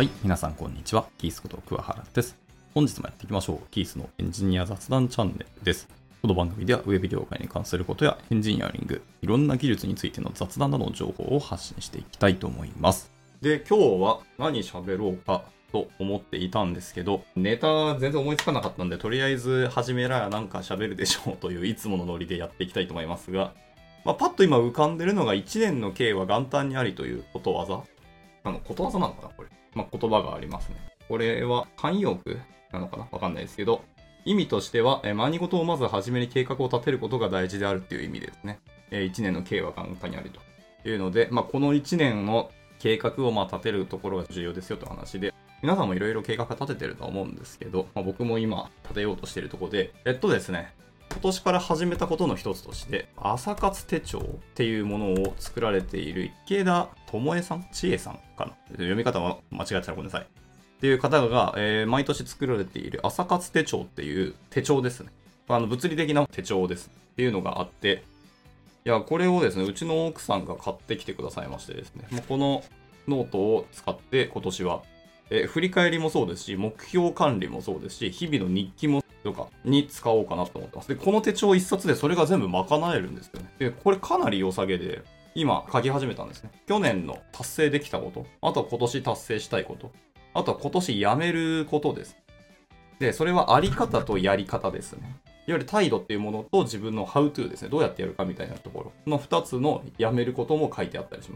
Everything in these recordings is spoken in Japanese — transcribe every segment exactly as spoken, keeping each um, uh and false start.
はい、皆さんこんにちは。キースこと桑原です。本日もやっていきましょう。キースのエンジニア雑談チャンネルです。この番組ではウェブ業界に関することやエンジニアリング、いろんな技術についての雑談などの情報を発信していきたいと思います。で、今日は何喋ろうかと思っていたんですけど、ネタ全然思いつかなかったんで、とりあえず始めらやなんか喋るでしょうといういつものノリでやっていきたいと思いますが、まあ、パッと今浮かんでるのがいちねんの計は元旦にありということわざ。あの、ことわざなのかなこれ。まあ、言葉がありますね。これは慣用句なのかなわかんないですけど、意味としては、え何事をまず初めに計画を立てることが大事であるっていう意味ですね。えいちねんの計は元旦にありというので、まあ、このいちねんの計画をまあ立てるところが重要ですよという話で、皆さんもいろいろ計画立ててると思うんですけど、まあ、僕も今立てようとしているところで、えっとですね、今年から始めたことの一つとして、朝活手帳っていうものを作られている池田智恵さん千恵さんかな読み方は間違えたらごめんなさい。っていう方が、えー、毎年作られている朝活手帳っていう手帳ですね。あの物理的な手帳ですっていうのがあって、いや、これをですね、うちの奥さんが買ってきてくださいましてですね、もうこのノートを使って今年は、えー、振り返りもそうですし、目標管理もそうですし、日々の日記もとかに使おうかなと思ってます。で、この手帳一冊でそれが全部賄えるんですよね。で、これかなり良さげで、今書き始めたんですね。去年の達成できたこと、あとは今年達成したいこと、あとは今年やめることです。で、それはあり方とやり方ですね。いわゆる態度っていうものと自分の how to ですね。どうやってやるかみたいなところのふたつのやめることも書いてあったりします。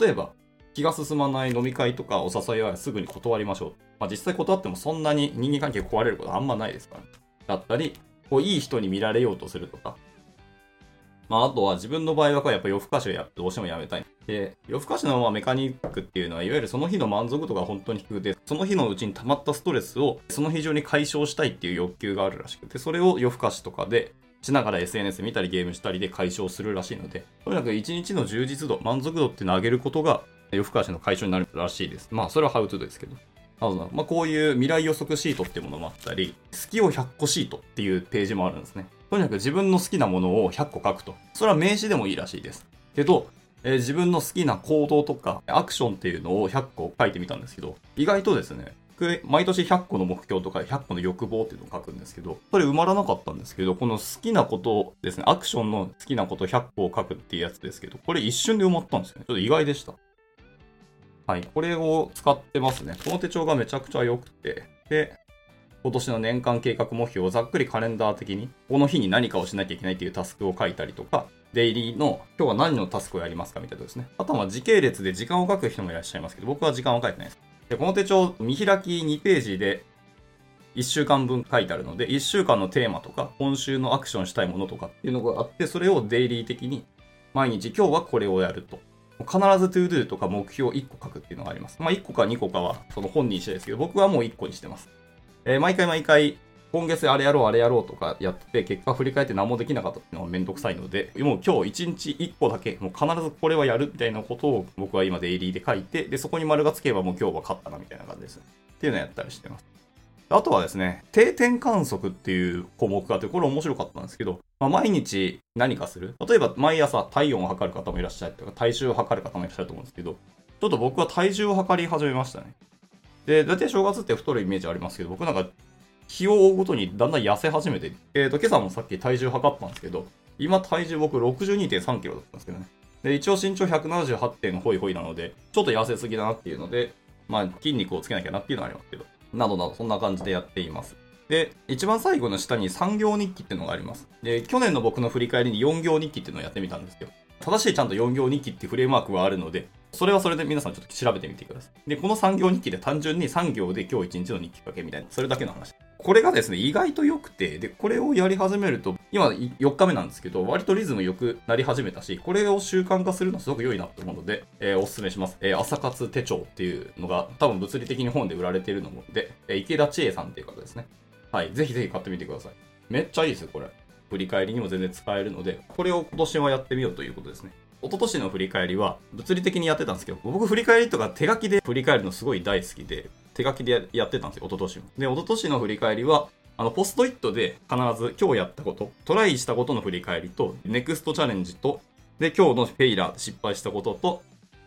例えば、気が進まない飲み会とかお誘いはすぐに断りましょう。まあ実際断ってもそんなに人間関係壊れることはあんまないですからね。だったり、こういい人に見られようとするとか。まああとは自分の場合はやっぱ夜更かしをやどうしてもやめたい。で、夜更かしのままメカニックっていうのは、いわゆるその日の満足度が本当に低くて、その日のうちに溜まったストレスをその日中に解消したいっていう欲求があるらしくて、それを夜更かしとかでしながら エスエヌエス 見たりゲームしたりで解消するらしいので、とにかく一日の充実度、満足度っていうのを上げることが夜更かしの解消になるらしいです。まあそれは how to ですけど。まあ、こういう未来予測シートっていうものもあったり、好きをひゃっこシートっていうページもあるんですね。とにかく自分の好きなものをひゃっこ書くと。それは名詞でもいいらしいです。けど、えー、自分の好きな行動とかアクションっていうのをひゃっこ書いてみたんですけど、意外とですね、毎年ひゃっこの目標とかひゃっこの欲望っていうのを書くんですけど、それ埋まらなかったんですけど、この好きなことですね、アクションの好きなことひゃっこを書くっていうやつですけど、これ一瞬で埋まったんですよね。ちょっと意外でした。はい、これを使ってますね。この手帳がめちゃくちゃ良くて、で、今年の年間計画目標をざっくりカレンダー的に、この日に何かをしなきゃいけないっていうタスクを書いたりとか、デイリーの今日は何のタスクをやりますかみたいなですね。あとは時系列で時間を書く人もいらっしゃいますけど、僕は時間を書いてないです。で、この手帳、見開きにページでいっしゅうかんぶん書いてあるので、いっしゅうかんのテーマとか、今週のアクションしたいものとかっていうのがあって、それをデイリー的に毎日今日はこれをやると。必ず to do とか目標いっこ書くっていうのがあります。まあいっこかにこかはその本人次第ですけど、僕はもういっこにしてます。えー、毎回毎回、今月あれやろうあれやろうとかやって、結果振り返って何もできなかったっていうのはめんどくさいので、もう今日いちにちいっこだけ、もう必ずこれはやるみたいなことを僕は今デイリーで書いて、で、そこに丸がつけばもう今日は勝ったなみたいな感じです。っていうのをやったりしてます。あとはですね、定点観測っていう項目があって、これ面白かったんですけど、まあ、毎日何かする。例えば毎朝体温を測る方もいらっしゃるとか、体重を測る方もいらっしゃると思うんですけど、ちょっと僕は体重を測り始めましたね。で、だいたい正月って太るイメージありますけど、僕なんか日を追うごとにだんだん痩せ始めて、えっと、今朝もさっき体重測ったんですけど、今体重僕 ろくじゅうにてんさんキロだったんですけどね。で、一応身長ひゃくななじゅうはちてんホイホイなので、ちょっと痩せすぎだなっていうので、まあ筋肉をつけなきゃなっていうのはありますけど、などなどそんな感じでやっています。で、一番最後の下にさん行日記っていうのがあります。で、去年の僕の振り返りによん行日記っていうのをやってみたんですよ。正しいちゃんとよん行日記っていうフレームワークがあるので、それはそれで皆さんちょっと調べてみてください。で、このさん行日記で単純にさん行で今日いちにちの日記書けみたいな、それだけの話。これがですね、意外と良くて、で、これをやり始めると、今よっかめなんですけど、割とリズム良くなり始めたし、これを習慣化するのすごく良いなと思うので、えー、おすすめします。えー、朝活手帳っていうのが多分物理的に本で売られているので、えー、池田千恵さんっていう方ですね。はい。ぜひぜひ買ってみてください。めっちゃいいですよ、これ。振り返りにも全然使えるので、これを今年はやってみようということですね。一昨年の振り返りは物理的にやってたんですけど、僕振り返りとか手書きで振り返るのすごい大好きで、手書きでやってたんですよ、一昨年も。で、一昨年の振り返りは、あの、ポストイットで必ず今日やったこと、トライしたことの振り返りと、ネクストチャレンジと、で、今日のフェイラー、失敗したことと、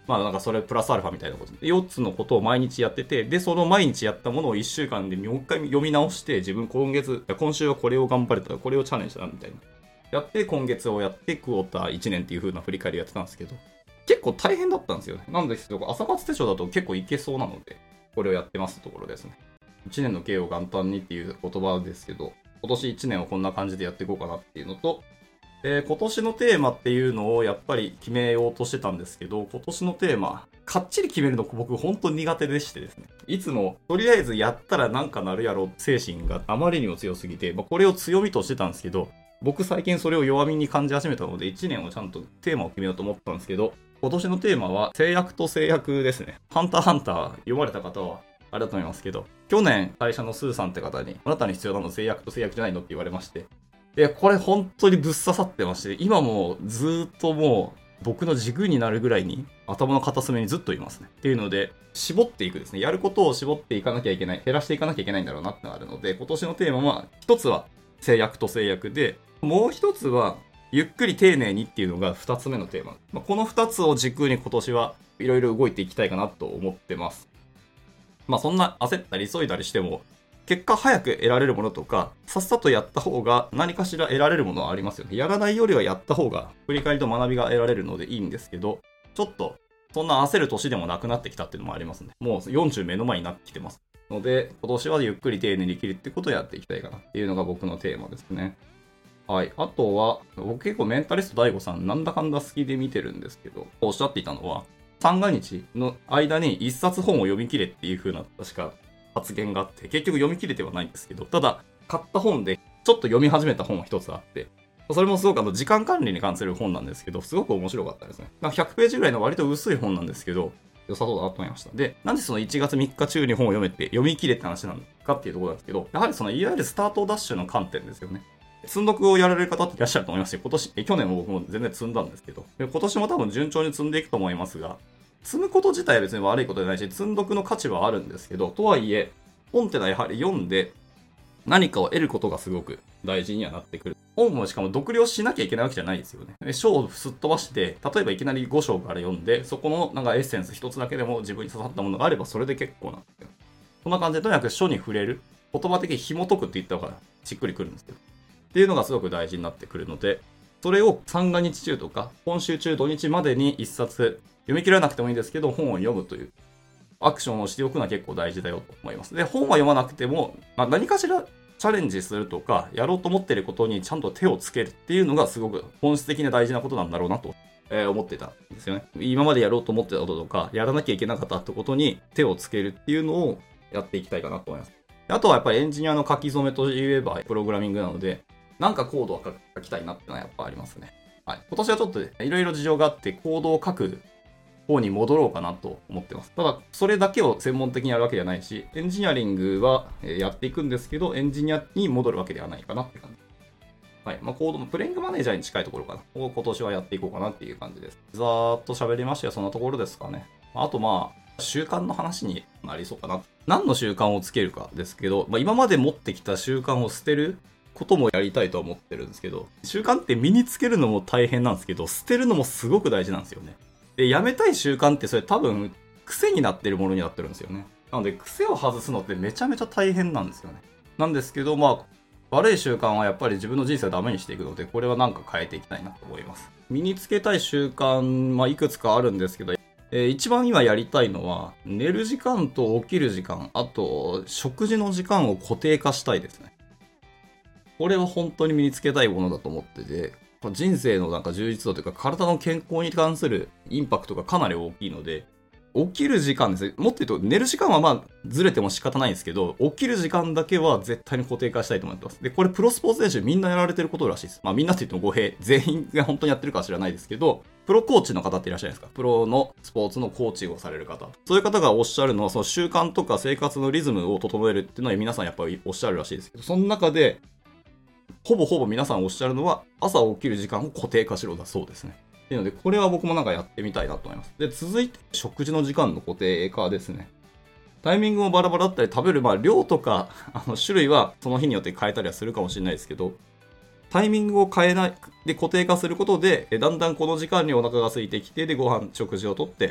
まあなんかそれプラスアルファみたいなことで、よっつのことを毎日やってて、で、その毎日やったものをいっしゅうかんでもう一回読み直して、自分今月、今週はこれを頑張れたら、これをチャレンジしたみたいな。やって、今月をやって、クォーターいちねんっていう風な振り返りやってたんですけど、結構大変だったんですよね。なんですけど、朝活手帳だと結構いけそうなので、これをやってますところですね。いちねんの計を元旦にっていう言葉ですけど、今年いちねんをこんな感じでやっていこうかなっていうのと、で今年のテーマっていうのをやっぱり決めようとしてたんですけど、今年のテーマ、かっちり決めるの僕本当に苦手でしてですね。いつもとりあえずやったらなんかなるやろ精神があまりにも強すぎて、まあ、これを強みとしてたんですけど、僕最近それを弱みに感じ始めたのでいちねんをちゃんとテーマを決めようと思ったんですけど、今年のテーマは制約と制約ですね。ハンターハンター読まれた方はあれだと思いますけど、去年会社のスーさんって方にあなたに必要なの制約と制約じゃないのって言われまして、で、これ本当にぶっ刺さってまして、今もずーっともう僕の軸になるぐらいに頭の片隅にずっといますね。っていうので、絞っていくですね。やることを絞っていかなきゃいけない、減らしていかなきゃいけないんだろうなってのがあるので、今年のテーマは、一つは制約と制約で、もう一つはゆっくり丁寧にっていうのが二つ目のテーマ。まあ、この二つを軸に今年はいろいろ動いていきたいかなと思ってます。まあそんな焦ったり急いだりしても、結果早く得られるものとか、さっさとやった方が何かしら得られるものはありますよね。やらないよりはやった方が振り返りと学びが得られるのでいいんですけど、ちょっとそんな焦る年でもなくなってきたっていうのもありますね。もうよんじゅう目の前になってきてますので、今年はゆっくり丁寧に生きるってことをやっていきたいかなっていうのが僕のテーマですね。はい。あとは、僕結構メンタリスト ダイゴ さんなんだかんだ好きで見てるんですけど、おっしゃっていたのは、三が日の間に一冊本を読み切れっていう風な確か発言があって、結局読み切れてはないんですけど、ただ買った本でちょっと読み始めた本が一つあって、それもすごくあの時間管理に関する本なんですけど、すごく面白かったですね。ひゃくページぐらいの割と薄い本なんですけど、良さそうだなと思いました。で、なんでそのいちがつみっか中に本を読めて読み切れって話なのかっていうところなんですけど、やはりそのいわゆるスタートダッシュの観点ですよね。積んどくをやられる方っていらっしゃると思いますし、今年、去年も僕も全然積んだんですけど、今年も多分順調に積んでいくと思いますが、積むこと自体は別に悪いことじゃないし、積んどくの価値はあるんですけど、とはいえ、本ってのはやはり読んで何かを得ることがすごく大事にはなってくる。本もしかも読了しなきゃいけないわけじゃないですよね。章をすっ飛ばして、例えばいきなりご章から読んで、そこのなんかエッセンス一つだけでも自分に刺さったものがあればそれで結構なんですよ。そんな感じでとにかく書に触れる。言葉的に紐解くって言った方がしっくりくるんですけど。っていうのがすごく大事になってくるので、それを三が日中とか、今週中土日までに一冊、読み切らなくてもいいんですけど、本を読むというアクションをしておくのは結構大事だよと思います。で、本は読まなくても、まあ、何かしらチャレンジするとか、やろうと思っていることにちゃんと手をつけるっていうのがすごく本質的に大事なことなんだろうなと、えー、思ってたんですよね。今までやろうと思ってたこととか、やらなきゃいけなかったってことに手をつけるっていうのをやっていきたいかなと思います。あとはやっぱりエンジニアの書き初めといえばプログラミングなので、なんかコードを書きたいなってのはやっぱありますね。はい。今年はちょっといろいろ事情があってコードを書く方に戻ろうかなと思ってます。ただ、それだけを専門的にやるわけじゃないし、エンジニアリングはやっていくんですけど、エンジニアに戻るわけではないかなって感じ。はい。まあ、コードのプレイングマネージャーに近いところかな。を今年はやっていこうかなっていう感じです。ざーっと喋りましたよ。そんなところですかね。あとまあ、習慣の話になりそうかな。何の習慣をつけるかですけど、まあ、今まで持ってきた習慣を捨てることもやりたいと思ってるんですけど、習慣って身につけるのも大変なんですけど、捨てるのもすごく大事なんですよね。で、やめたい習慣ってそれ多分癖になってるものになってるんですよね。なので癖を外すのってめちゃめちゃ大変なんですよね。なんですけど、まあ、悪い習慣はやっぱり自分の人生をダメにしていくので、これはなんか変えていきたいなと思います。身につけたい習慣、まあいくつかあるんですけど、えー、一番今やりたいのは、寝る時間と起きる時間、あと食事の時間を固定化したいですね。これは本当に身につけたいものだと思ってて、人生のなんか充実度というか体の健康に関するインパクトがかなり大きいので、起きる時間ですね。もっと言うと寝る時間はまあずれても仕方ないんですけど、起きる時間だけは絶対に固定化したいと思ってます。で、これプロスポーツ選手みんなやられてることらしいです。まあみんなって言っても語弊、全員が本当にやってるかは知らないですけど、プロコーチの方っていらっしゃるんですか？プロのスポーツのコーチをされる方。そういう方がおっしゃるのは、その習慣とか生活のリズムを整えるっていうのは皆さんやっぱりおっしゃるらしいですけど、その中で、ほぼほぼ皆さんおっしゃるのは、朝起きる時間を固定化しろだそうですね。っていうので、これは僕もなんかやってみたいなと思います。で、続いて、食事の時間の固定化ですね。タイミングもバラバラだったり、食べる、まあ、量とか、あの、種類はその日によって変えたりはするかもしれないですけど、タイミングを変えない、で、固定化することで、だんだんこの時間にお腹が空いてきて、で、ご飯、食事をとって、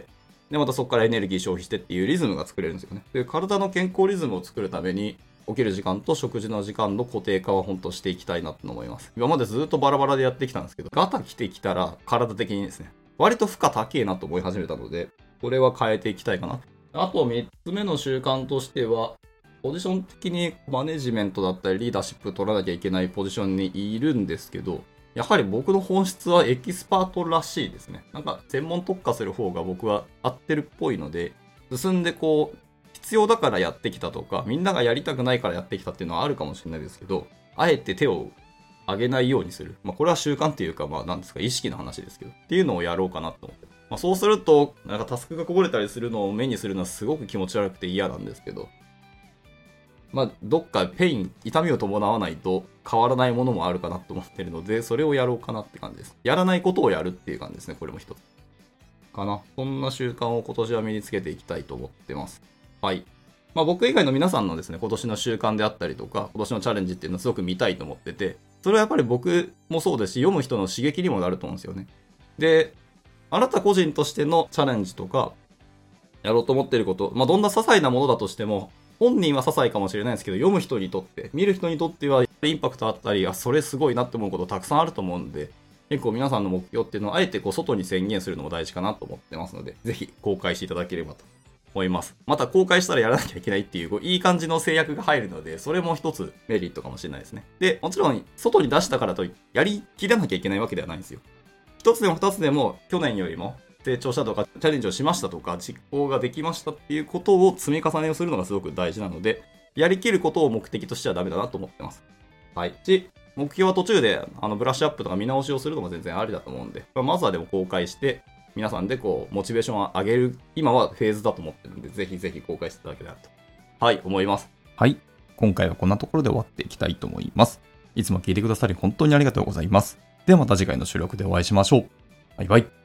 で、またそこからエネルギー消費してっていうリズムが作れるんですよね。で、体の健康リズムを作るために、起きる時間と食事の時間の固定化は本当していきたいなと思います。今までずっとバラバラでやってきたんですけど、ガタ来てきたら体的にですね、割と負荷高えなと思い始めたので、これは変えていきたいかな。あとみっつめの習慣としては、ポジション的にマネジメントだったりリーダーシップ取らなきゃいけないポジションにいるんですけど、やはり僕の本質はエキスパートらしいですね。なんか専門特化する方が僕は合ってるっぽいので、進んでこう、必要だからやってきたとか、みんながやりたくないからやってきたっていうのはあるかもしれないですけど、あえて手を挙げないようにする。まあこれは習慣っていうか、まあなんですか、意識の話ですけど、っていうのをやろうかなと思って。まあそうすると、なんかタスクがこぼれたりするのを目にするのはすごく気持ち悪くて嫌なんですけど、まあどっかペイン、痛みを伴わないと変わらないものもあるかなと思ってるので、それをやろうかなって感じです。やらないことをやるっていう感じですね、これも一つ。かな。そんな習慣を今年は身につけていきたいと思ってます。はい。まあ僕以外の皆さんのですね、今年の習慣であったりとか、今年のチャレンジっていうのをすごく見たいと思ってて、それはやっぱり僕もそうですし、読む人の刺激にもなると思うんですよね。で、あなた個人としてのチャレンジとか、やろうと思っていること、まあどんな些細なものだとしても、本人は些細かもしれないですけど、読む人にとって、見る人にとってはインパクトあったり、あ、それすごいなって思うことたくさんあると思うんで、結構皆さんの目標っていうのをあえてこう外に宣言するのも大事かなと思ってますので、ぜひ公開していただければと思います。また公開したらやらなきゃいけないっていう、こういい感じの制約が入るので、それも一つメリットかもしれないですね。で、もちろん外に出したからとやりきらなきゃいけないわけではないんですよ。一つでも二つでも去年よりも成長したとか、チャレンジをしましたとか、実行ができましたっていうことを積み重ねをするのがすごく大事なので、やりきることを目的としてはダメだなと思ってます。はい。し、目標は途中であのブラッシュアップとか見直しをするのも全然ありだと思うんで、まずはでも公開して、皆さんでこう、モチベーションを上げる、今はフェーズだと思ってるんで、ぜひぜひ公開していただけたらと、はい、思います。 はい。今回はこんなところで終わっていきたいと思います。いつも聞いてくださり本当にありがとうございます。ではまた次回の収録でお会いしましょう。バイバイ。